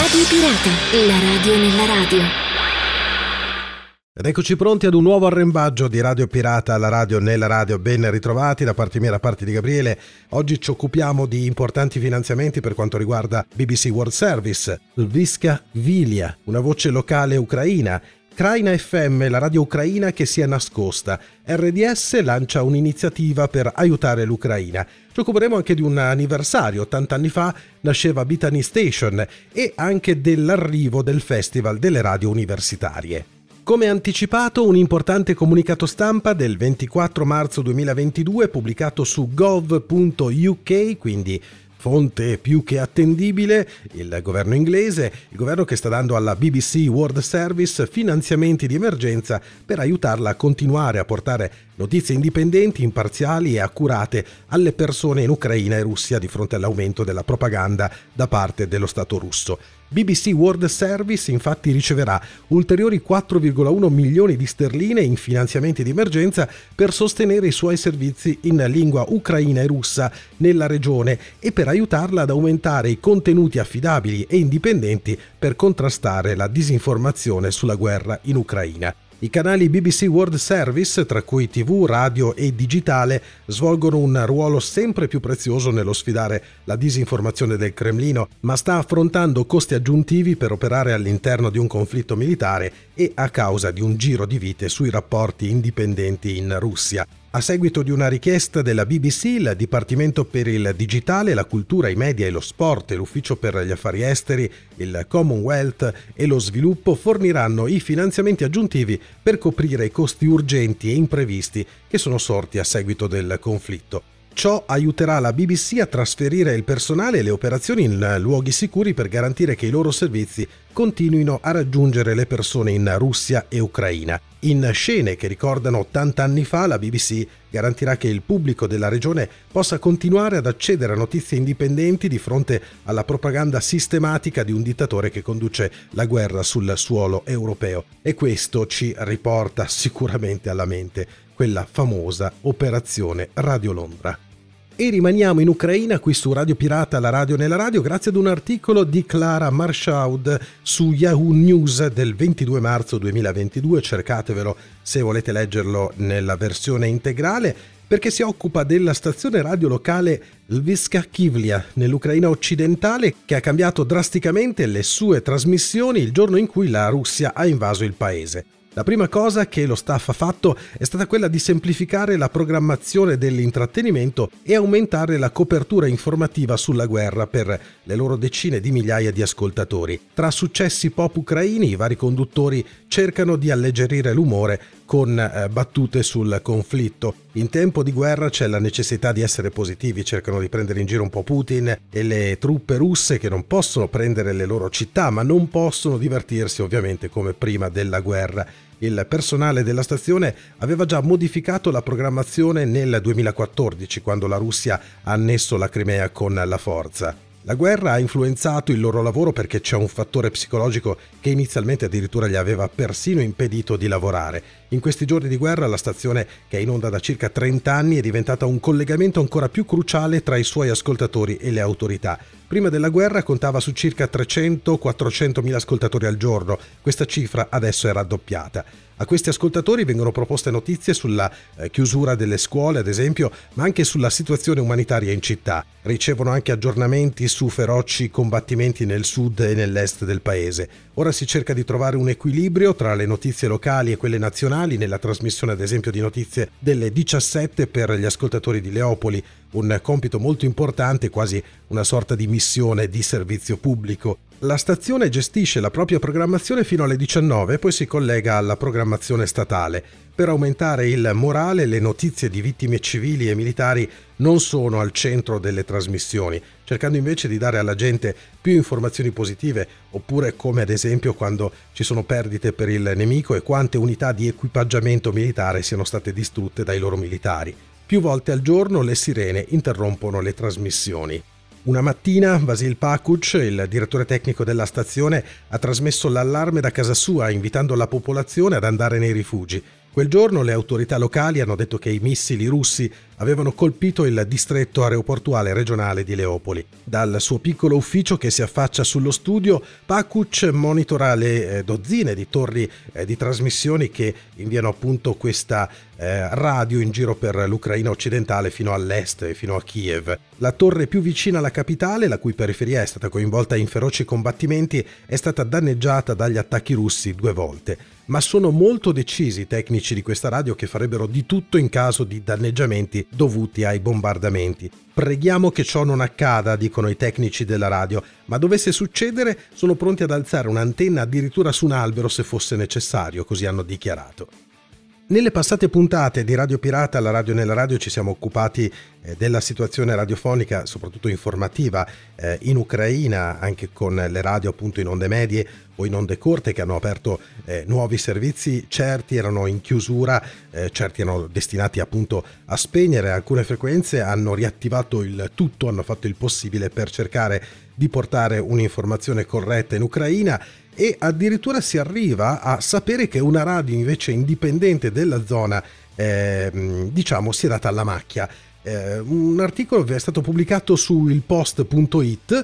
Radio Pirata, la radio nella radio. Ed eccoci pronti ad un nuovo arrembaggio di Radio Pirata, la radio nella radio. Ben ritrovati da parte mia, da parte di Gabriele. Oggi ci occupiamo di importanti finanziamenti per quanto riguarda BBC World Service, Lviska Vilia, una voce locale ucraina, Kraina FM, la radio ucraina che si è nascosta. RDS lancia un'iniziativa per aiutare l'Ucraina. Ci occuperemo anche di un anniversario. 80 anni fa nasceva Bethany Station e anche dell'arrivo del Festival delle Radio Universitarie. Come anticipato, un importante comunicato stampa del 24 marzo 2022 pubblicato su gov.uk, quindi fonte più che attendibile, il governo inglese, il governo che sta dando alla BBC World Service finanziamenti di emergenza per aiutarla a continuare a portare notizie indipendenti, imparziali e accurate alle persone in Ucraina e Russia di fronte all'aumento della propaganda da parte dello Stato russo. BBC World Service infatti riceverà ulteriori 4,1 milioni di sterline in finanziamenti di emergenza per sostenere i suoi servizi in lingua ucraina e russa nella regione e per aiutarla ad aumentare i contenuti affidabili e indipendenti per contrastare la disinformazione sulla guerra in Ucraina. I canali BBC World Service, tra cui TV, radio e digitale, svolgono un ruolo sempre più prezioso nello sfidare la disinformazione del Cremlino, ma sta affrontando costi aggiuntivi per operare all'interno di un conflitto militare e a causa di un giro di vite sui rapporti indipendenti in Russia. A seguito di una richiesta della BBC, il Dipartimento per il Digitale, la Cultura, i Media e lo Sport e l'Ufficio per gli Affari Esteri, il Commonwealth e lo Sviluppo forniranno i finanziamenti aggiuntivi per coprire i costi urgenti e imprevisti che sono sorti a seguito del conflitto. Ciò aiuterà la BBC a trasferire il personale e le operazioni in luoghi sicuri per garantire che i loro servizi continuino a raggiungere le persone in Russia e Ucraina. In scene che ricordano 80 anni fa, la BBC garantirà che il pubblico della regione possa continuare ad accedere a notizie indipendenti di fronte alla propaganda sistematica di un dittatore che conduce la guerra sul suolo europeo. E questo ci riporta sicuramente alla mente quella famosa Operazione Radio Londra. E rimaniamo in Ucraina qui su Radio Pirata, la radio nella radio, grazie ad un articolo di Clara Marshaud su Yahoo News del 22 marzo 2022. Cercatevelo se volete leggerlo nella versione integrale, perché si occupa della stazione radio locale Lviska Kivlia nell'Ucraina occidentale, che ha cambiato drasticamente le sue trasmissioni il giorno in cui la Russia ha invaso il paese. La prima cosa che lo staff ha fatto è stata quella di semplificare la programmazione dell'intrattenimento e aumentare la copertura informativa sulla guerra per le loro decine di migliaia di ascoltatori. Tra successi pop ucraini, i vari conduttori cercano di alleggerire l'umore con battute sul conflitto. In tempo di guerra c'è la necessità di essere positivi, cercano di prendere in giro un po' Putin e le truppe russe che non possono prendere le loro città, ma non possono divertirsi ovviamente come prima della guerra. Il personale della stazione aveva già modificato la programmazione nel 2014, quando la Russia ha annesso la Crimea con la forza. La guerra ha influenzato il loro lavoro perché c'è un fattore psicologico che inizialmente addirittura gli aveva persino impedito di lavorare. In questi giorni di guerra la stazione, che è in onda da circa 30 anni, è diventata un collegamento ancora più cruciale tra i suoi ascoltatori e le autorità. Prima della guerra contava su circa 300-400 mila ascoltatori al giorno, questa cifra adesso è raddoppiata. A questi ascoltatori vengono proposte notizie sulla chiusura delle scuole, ad esempio, ma anche sulla situazione umanitaria in città. Ricevono anche aggiornamenti su feroci combattimenti nel sud e nell'est del paese. Ora si cerca di trovare un equilibrio tra le notizie locali e quelle nazionali, nella trasmissione ad esempio di notizie delle 17 per gli ascoltatori di Leopoli, un compito molto importante, quasi una sorta di missione di servizio pubblico. La stazione gestisce la propria programmazione fino alle 19 e poi si collega alla programmazione statale. Per aumentare il morale, le notizie di vittime civili e militari non sono al centro delle trasmissioni, cercando invece di dare alla gente più informazioni positive, oppure come ad esempio quando ci sono perdite per il nemico e quante unità di equipaggiamento militare siano state distrutte dai loro militari. Più volte al giorno le sirene interrompono le trasmissioni. Una mattina Vasil Pakuc, il direttore tecnico della stazione, ha trasmesso l'allarme da casa sua, invitando la popolazione ad andare nei rifugi. Quel giorno le autorità locali hanno detto che i missili russi avevano colpito il distretto aeroportuale regionale di Leopoli. Dal suo piccolo ufficio che si affaccia sullo studio, Pacuc monitora le dozzine di torri di trasmissioni che inviano appunto questa radio in giro per l'Ucraina occidentale fino all'est e fino a Kiev. La torre più vicina alla capitale, la cui periferia è stata coinvolta in feroci combattimenti, è stata danneggiata dagli attacchi russi 2 volte. Ma sono molto decisi i tecnici di questa radio che farebbero di tutto in caso di danneggiamenti dovuti ai bombardamenti. Preghiamo che ciò non accada, dicono i tecnici della radio, ma dovesse succedere sono pronti ad alzare un'antenna addirittura su un albero se fosse necessario, così hanno dichiarato. Nelle passate puntate di Radio Pirata, la radio nella radio, ci siamo occupati della situazione radiofonica, soprattutto informativa, in Ucraina, anche con le radio appunto in onde medie o in onde corte che hanno aperto nuovi servizi. Certi erano in chiusura, certi erano destinati appunto a spegnere alcune frequenze, hanno riattivato il tutto, hanno fatto il possibile per cercare di portare un'informazione corretta in Ucraina. E addirittura si arriva a sapere che una radio invece indipendente della zona si è data alla macchia. Un articolo è stato pubblicato su ilpost.it,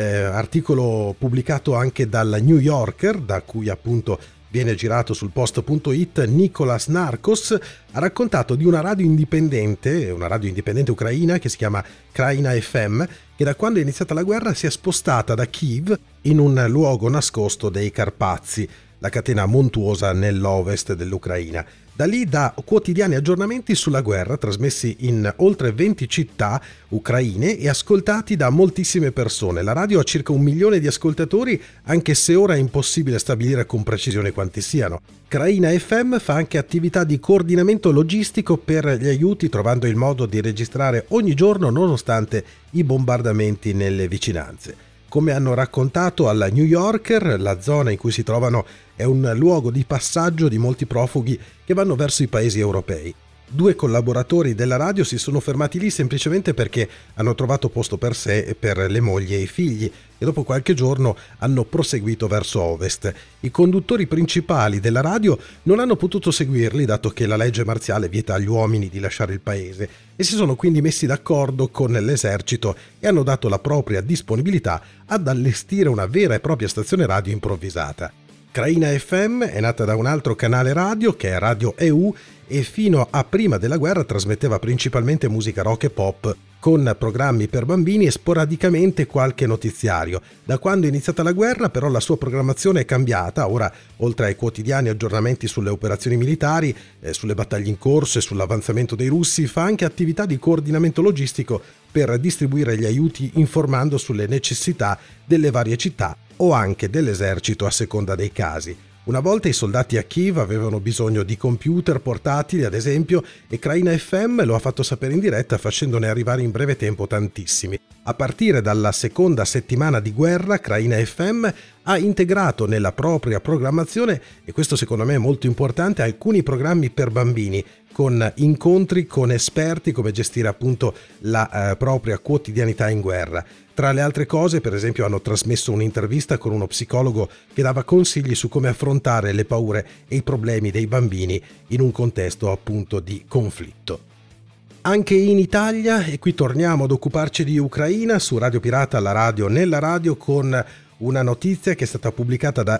articolo pubblicato anche dal New Yorker, da cui appunto viene girato sul post.it. Nicolas Narcos ha raccontato di una radio indipendente ucraina che si chiama Kraina FM, che da quando è iniziata la guerra si è spostata da Kiev in un luogo nascosto dei Carpazi, la catena montuosa nell'ovest dell'Ucraina. Da lì dà quotidiani aggiornamenti sulla guerra, trasmessi in oltre 20 città ucraine e ascoltati da moltissime persone. La radio ha circa 1 milione di ascoltatori, anche se ora è impossibile stabilire con precisione quanti siano. Kraina FM fa anche attività di coordinamento logistico per gli aiuti, trovando il modo di registrare ogni giorno nonostante i bombardamenti nelle vicinanze. Come hanno raccontato alla New Yorker, la zona in cui si trovano è un luogo di passaggio di molti profughi che vanno verso i paesi europei. 2 collaboratori della radio si sono fermati lì semplicemente perché hanno trovato posto per sé e per le mogli e i figli e dopo qualche giorno hanno proseguito verso ovest. I conduttori principali della radio non hanno potuto seguirli dato che la legge marziale vieta agli uomini di lasciare il paese e si sono quindi messi d'accordo con l'esercito e hanno dato la propria disponibilità ad allestire una vera e propria stazione radio improvvisata. Kraina FM è nata da un altro canale radio che è Radio EU e fino a prima della guerra trasmetteva principalmente musica rock e pop con programmi per bambini e sporadicamente qualche notiziario. Da quando è iniziata la guerra però la sua programmazione è cambiata, ora oltre ai quotidiani aggiornamenti sulle operazioni militari, sulle battaglie in corso e sull'avanzamento dei russi, fa anche attività di coordinamento logistico per distribuire gli aiuti informando sulle necessità delle varie città o anche dell'esercito a seconda dei casi. Una volta i soldati a Kiev avevano bisogno di computer portatili, ad esempio, e Kraina FM lo ha fatto sapere in diretta facendone arrivare in breve tempo tantissimi. A partire dalla seconda settimana di guerra, Kraina FM ha integrato nella propria programmazione, e questo secondo me è molto importante, alcuni programmi per bambini, con incontri con esperti come gestire appunto la propria quotidianità in guerra. Tra le altre cose, per esempio, hanno trasmesso un'intervista con uno psicologo che dava consigli su come affrontare le paure e i problemi dei bambini in un contesto appunto di conflitto. Anche in Italia, e qui torniamo ad occuparci di Ucraina, su Radio Pirata, la radio nella radio, con una notizia che è stata pubblicata da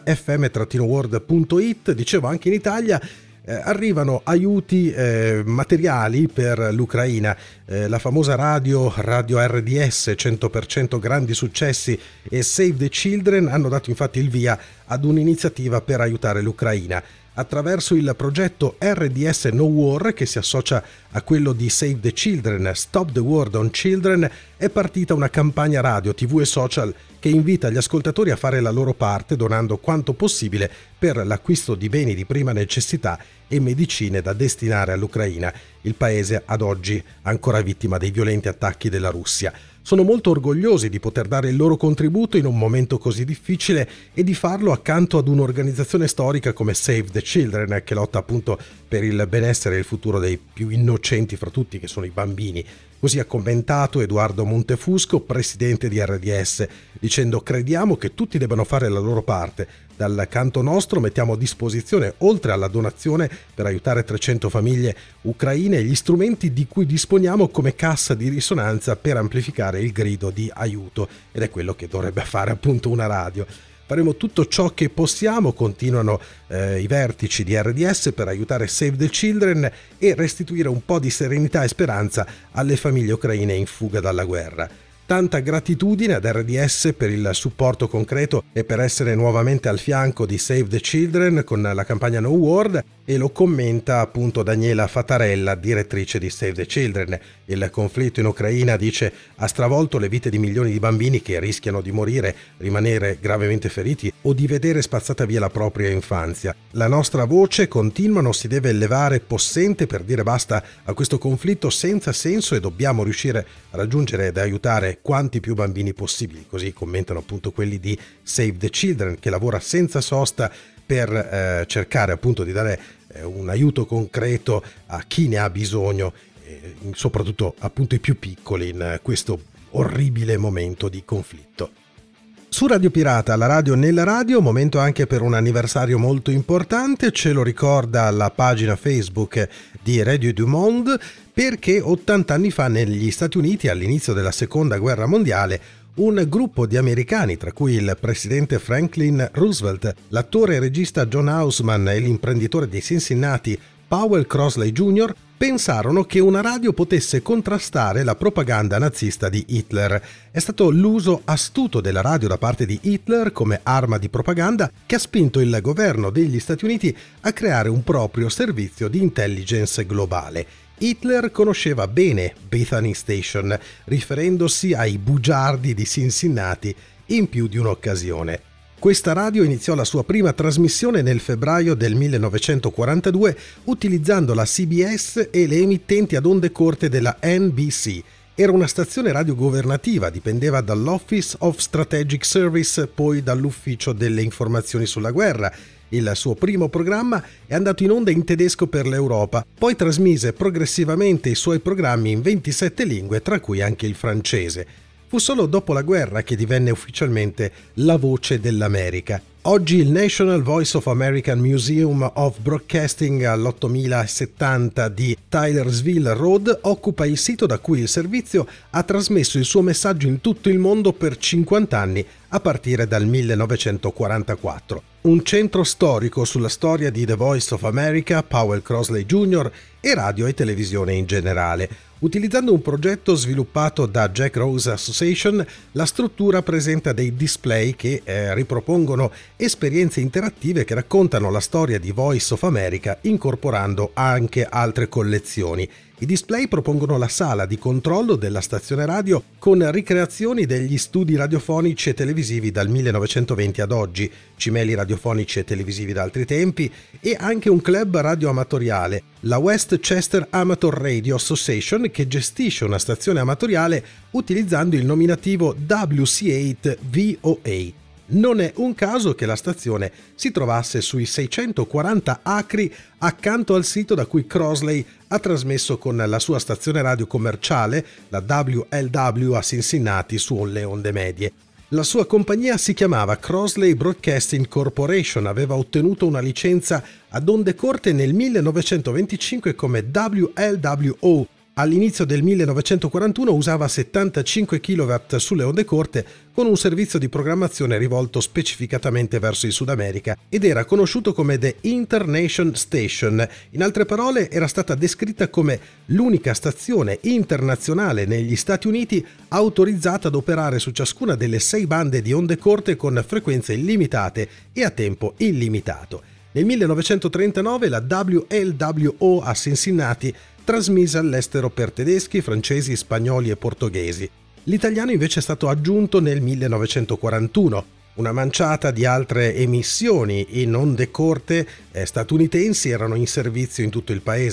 fm-world.it. Dicevo, anche in Italia arrivano aiuti materiali per l'Ucraina. La famosa radio RDS 100% grandi successi e Save the Children hanno dato infatti il via ad un'iniziativa per aiutare l'Ucraina. Attraverso il progetto RDS No War, che si associa a quello di Save the Children, Stop the War on Children, è partita una campagna radio, TV e social che invita gli ascoltatori a fare la loro parte donando quanto possibile per l'acquisto di beni di prima necessità e medicine da destinare all'Ucraina, il paese ad oggi ancora vittima dei violenti attacchi della Russia. Sono molto orgogliosi di poter dare il loro contributo in un momento così difficile e di farlo accanto ad un'organizzazione storica come Save the Children, che lotta appunto per il benessere e il futuro dei più innocenti innocenti fra tutti, che sono i bambini. Così ha commentato Edoardo Montefusco, presidente di RDS, dicendo: crediamo che tutti debbano fare la loro parte. Dal canto nostro mettiamo a disposizione, oltre alla donazione per aiutare 300 famiglie ucraine, gli strumenti di cui disponiamo come cassa di risonanza per amplificare il grido di aiuto, ed è quello che dovrebbe fare appunto una radio. Faremo tutto ciò che possiamo, continuano i vertici di RDS, per aiutare Save the Children e restituire un po' di serenità e speranza alle famiglie ucraine in fuga dalla guerra. Tanta gratitudine ad RDS per il supporto concreto e per essere nuovamente al fianco di Save the Children con la campagna No War, e lo commenta appunto Daniela Fatarella, direttrice di Save the Children. Il conflitto in Ucraina, dice, ha stravolto le vite di milioni di bambini che rischiano di morire, rimanere gravemente feriti o di vedere spazzata via la propria infanzia. La nostra voce continua, si deve elevare possente per dire basta a questo conflitto senza senso, e dobbiamo riuscire a raggiungere ed aiutare quanti più bambini possibili. Così commentano appunto quelli di Save the Children, che lavora senza sosta per cercare appunto di dare un aiuto concreto a chi ne ha bisogno, soprattutto appunto i più piccoli in questo orribile momento di conflitto. Su Radio Pirata, la radio nella radio, momento anche per un anniversario molto importante, ce lo ricorda la pagina Facebook di Radio du Monde, perché 80 anni fa negli Stati Uniti, all'inizio della Seconda Guerra Mondiale, un gruppo di americani, tra cui il presidente Franklin Roosevelt, l'attore e regista John Houseman e l'imprenditore di Cincinnati Powell Crosley Jr., pensarono che una radio potesse contrastare la propaganda nazista di Hitler. È stato l'uso astuto della radio da parte di Hitler come arma di propaganda che ha spinto il governo degli Stati Uniti a creare un proprio servizio di intelligence globale. Hitler conosceva bene Bethany Station, riferendosi ai bugiardi di Cincinnati in più di un'occasione. Questa radio iniziò la sua prima trasmissione nel febbraio del 1942 utilizzando la CBS e le emittenti ad onde corte della NBC. Era una stazione radio governativa, dipendeva dall'Office of Strategic Service, poi dall'Ufficio delle Informazioni sulla Guerra. Il suo primo programma è andato in onda in tedesco per l'Europa, poi trasmise progressivamente i suoi programmi in 27 lingue, tra cui anche il francese. Fu solo dopo la guerra che divenne ufficialmente la voce dell'America. Oggi il National Voice of American Museum of Broadcasting all'8070 di Taylorsville Road occupa il sito da cui il servizio ha trasmesso il suo messaggio in tutto il mondo per 50 anni, a partire dal 1944. Un centro storico sulla storia di The Voice of America, Powell Crosley Jr. e radio e televisione in generale. Utilizzando un progetto sviluppato da Jack Rose Association, la struttura presenta dei display che ripropongono esperienze interattive che raccontano la storia di Voice of America, incorporando anche altre collezioni. I display propongono la sala di controllo della stazione radio con ricreazioni degli studi radiofonici e televisivi dal 1920 ad oggi, cimeli radiofonici e televisivi da altri tempi e anche un club radioamatoriale, la Westchester Amateur Radio Association, che gestisce una stazione amatoriale utilizzando il nominativo WC8VOA. Non è un caso che la stazione si trovasse sui 640 acri accanto al sito da cui Crosley ha trasmesso con la sua stazione radio commerciale, la WLW a Cincinnati, sulle onde medie. La sua compagnia si chiamava Crosley Broadcasting Corporation, aveva ottenuto una licenza ad onde corte nel 1925 come WLWO. All'inizio del 1941 usava 75 kW sulle onde corte con un servizio di programmazione rivolto specificatamente verso il Sud America ed era conosciuto come The Internation Station. In altre parole, era stata descritta come l'unica stazione internazionale negli Stati Uniti autorizzata ad operare su ciascuna delle 6 bande di onde corte con frequenze illimitate e a tempo illimitato. Nel 1939 la WLWO a Cincinnati trasmise all'estero per tedeschi, francesi, spagnoli e portoghesi. L'italiano invece è stato aggiunto nel 1941. Una manciata di altre emissioni in onde corte statunitensi erano in servizio in tutto il paese.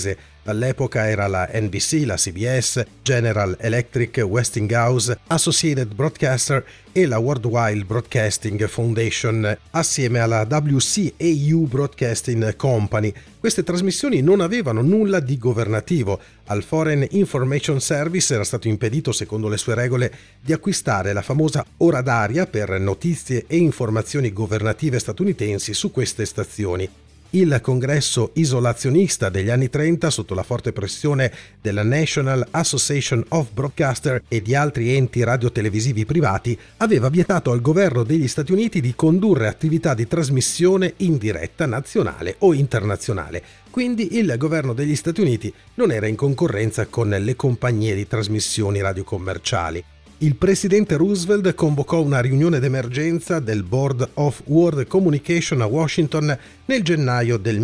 All'epoca era la NBC, la CBS, General Electric, Westinghouse, Associated Broadcaster e la Worldwide Broadcasting Foundation assieme alla WCAU Broadcasting Company. Queste trasmissioni non avevano nulla di governativo. Al Foreign Information Service era stato impedito, secondo le sue regole, di acquistare la famosa ora d'aria per notizie e informazioni governative statunitensi su queste stazioni. Il congresso isolazionista degli anni 30, sotto la forte pressione della National Association of Broadcasters e di altri enti radiotelevisivi privati, aveva vietato al governo degli Stati Uniti di condurre attività di trasmissione in diretta nazionale o internazionale. Quindi il governo degli Stati Uniti non era in concorrenza con le compagnie di trasmissioni radiocommerciali. Il presidente Roosevelt convocò una riunione d'emergenza del Board of World Communication a Washington nel gennaio del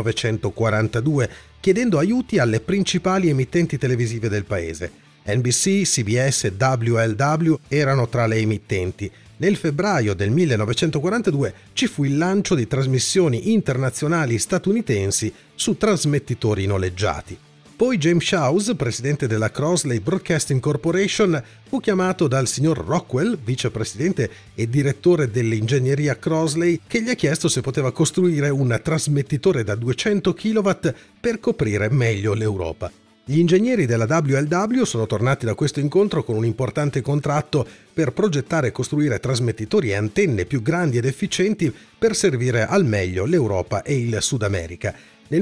1942, chiedendo aiuti alle principali emittenti televisive del paese. NBC, CBS e WLW erano tra le emittenti. Nel febbraio del 1942 ci fu il lancio di trasmissioni internazionali statunitensi su trasmettitori noleggiati. Poi James Howes, presidente della Crosley Broadcasting Corporation, fu chiamato dal signor Rockwell, vicepresidente e direttore dell'ingegneria Crosley, che gli ha chiesto se poteva costruire un trasmettitore da 200 kW per coprire meglio l'Europa. Gli ingegneri della WLW sono tornati da questo incontro con un importante contratto per progettare e costruire trasmettitori e antenne più grandi ed efficienti per servire al meglio l'Europa e il Sud America. Nel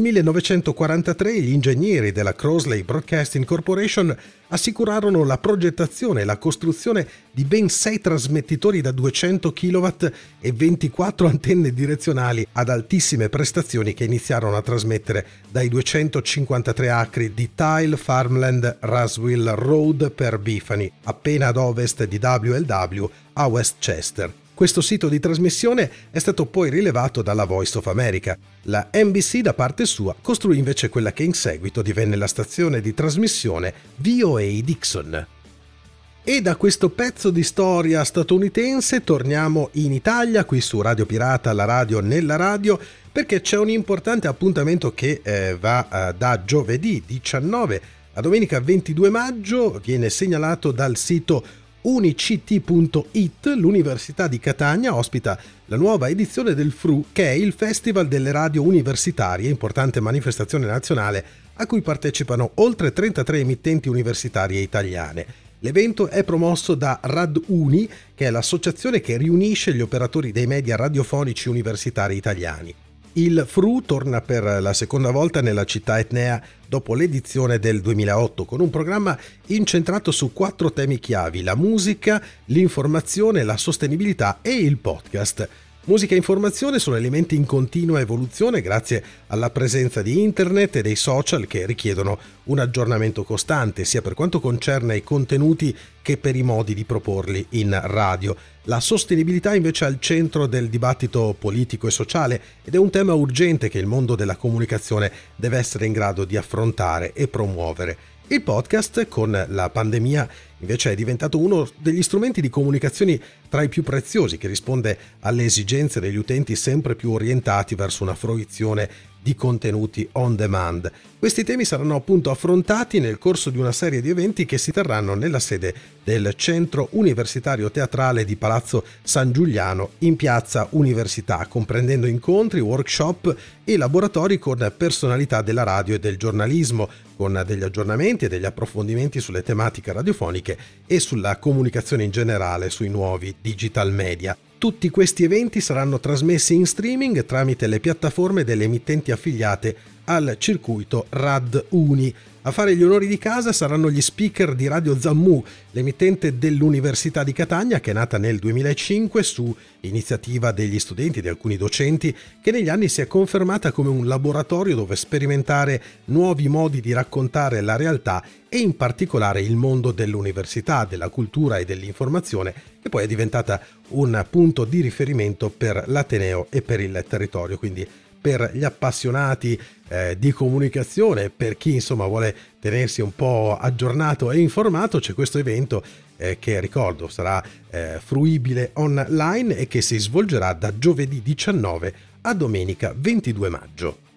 1943 gli ingegneri della Crosley Broadcasting Corporation assicurarono la progettazione e la costruzione di ben 6 trasmettitori da 200 kW e 24 antenne direzionali ad altissime prestazioni che iniziarono a trasmettere dai 253 acri di Tile Farmland Roswell Road per Bethany, appena ad ovest di WLW a Westchester. Questo sito di trasmissione è stato poi rilevato dalla Voice of America. La NBC, da parte sua, costruì invece quella che in seguito divenne la stazione di trasmissione VOA Dixon. E da questo pezzo di storia statunitense torniamo in Italia, qui su Radio Pirata, la radio nella radio, perché c'è un importante appuntamento che va da giovedì 19 a domenica 22 maggio, viene segnalato dal sito unict.it. L'Università di Catania ospita la nuova edizione del FRU, che è il Festival delle Radio Universitarie, importante manifestazione nazionale a cui partecipano oltre 33 emittenti universitarie italiane. L'evento è promosso da RadUni, che è l'associazione che riunisce gli operatori dei media radiofonici universitari italiani. Il FRU torna per la seconda volta nella città etnea dopo l'edizione del 2008 con un programma incentrato su 4 temi chiavi: la musica, l'informazione, la sostenibilità e il podcast. Musica e informazione sono elementi in continua evoluzione grazie alla presenza di internet e dei social che richiedono un aggiornamento costante sia per quanto concerne i contenuti che per i modi di proporli in radio. La sostenibilità invece è al centro del dibattito politico e sociale ed è un tema urgente che il mondo della comunicazione deve essere in grado di affrontare e promuovere. Il podcast, con la pandemia, invece è diventato uno degli strumenti di comunicazione tra i più preziosi, che risponde alle esigenze degli utenti sempre più orientati verso una fruizione di contenuti on demand. Questi temi saranno appunto affrontati nel corso di una serie di eventi che si terranno nella sede del Centro Universitario Teatrale di Palazzo San Giuliano in Piazza Università, comprendendo incontri, workshop e laboratori con personalità della radio e del giornalismo, con degli aggiornamenti e degli approfondimenti sulle tematiche radiofoniche e sulla comunicazione in generale sui nuovi digital media. Tutti questi eventi saranno trasmessi in streaming tramite le piattaforme delle emittenti affiliate al circuito RadUni. A fare gli onori di casa saranno gli speaker di Radio Zammu, l'emittente dell'Università di Catania che è nata nel 2005 su iniziativa degli studenti e di alcuni docenti, che negli anni si è confermata come un laboratorio dove sperimentare nuovi modi di raccontare la realtà e in particolare il mondo dell'università, della cultura e dell'informazione, che poi è diventata un punto di riferimento per l'Ateneo e per il territorio, quindi per gli appassionati di comunicazione, per chi insomma vuole tenersi un po' aggiornato e informato. C'è questo evento che ricordo sarà fruibile online e che si svolgerà da giovedì 19 a domenica 22 maggio.